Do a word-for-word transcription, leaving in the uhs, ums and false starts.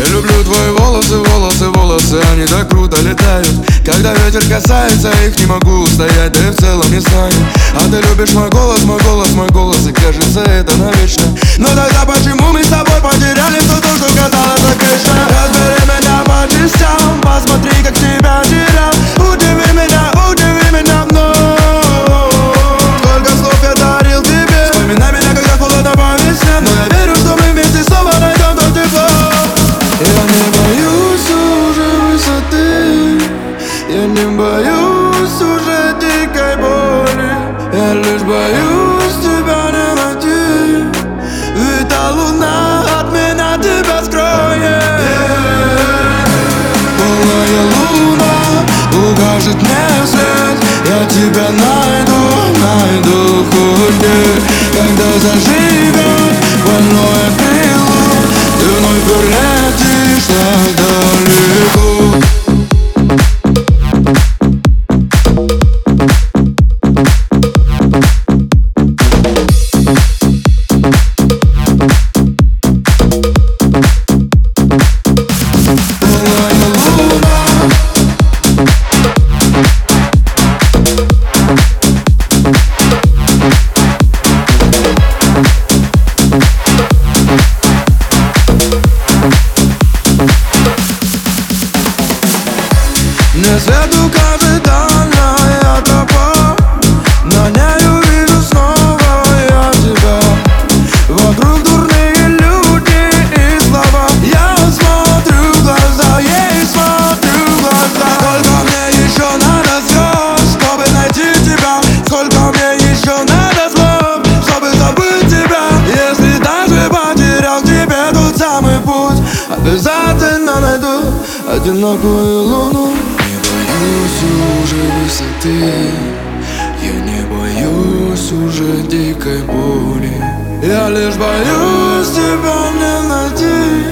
Я люблю твои волосы, волосы, волосы, они так круто летают. Когда ветер касается их, не могу устоять, да и в целом не знаю. А ты любишь мой голос, мой голос, мой голос, и кажется это навечно. Но тогда почему мы с тобой потеряли все то, что казалось так вечно? Разбери меня по частям, посмотри, как тебя терял. Удиви меня, удиви меня вновь. Сколько слов я дарил тебе, вспоминай меня, когда холодно по весне. Но я верю, что мы вместе снова найдем то тепло. Я не боюсь уже высоты, я не боюсь уже дикой боли. Я лишь боюсь тебя не найти, ведь та луна от меня тебя скроет. Полная луна укажет мне свет, я тебя найду, найду хоть где. Когда заживет больное крыло, ты вновь полетишь так далеко. Мне свет укажет дальняя тропа, на ней увижу снова я тебя. Вокруг дурные люди и слова, я смотрю в глаза, ей смотрю в глаза. Сколько мне еще надо слез, чтобы найти тебя? Сколько мне еще надо слов, чтобы забыть тебя? Если даже потерял тебе тот самый путь, обязательно найду одинокую луну. Не боюсь уже высоты, я не боюсь уже дикой боли. Я лишь боюсь тебя не найти.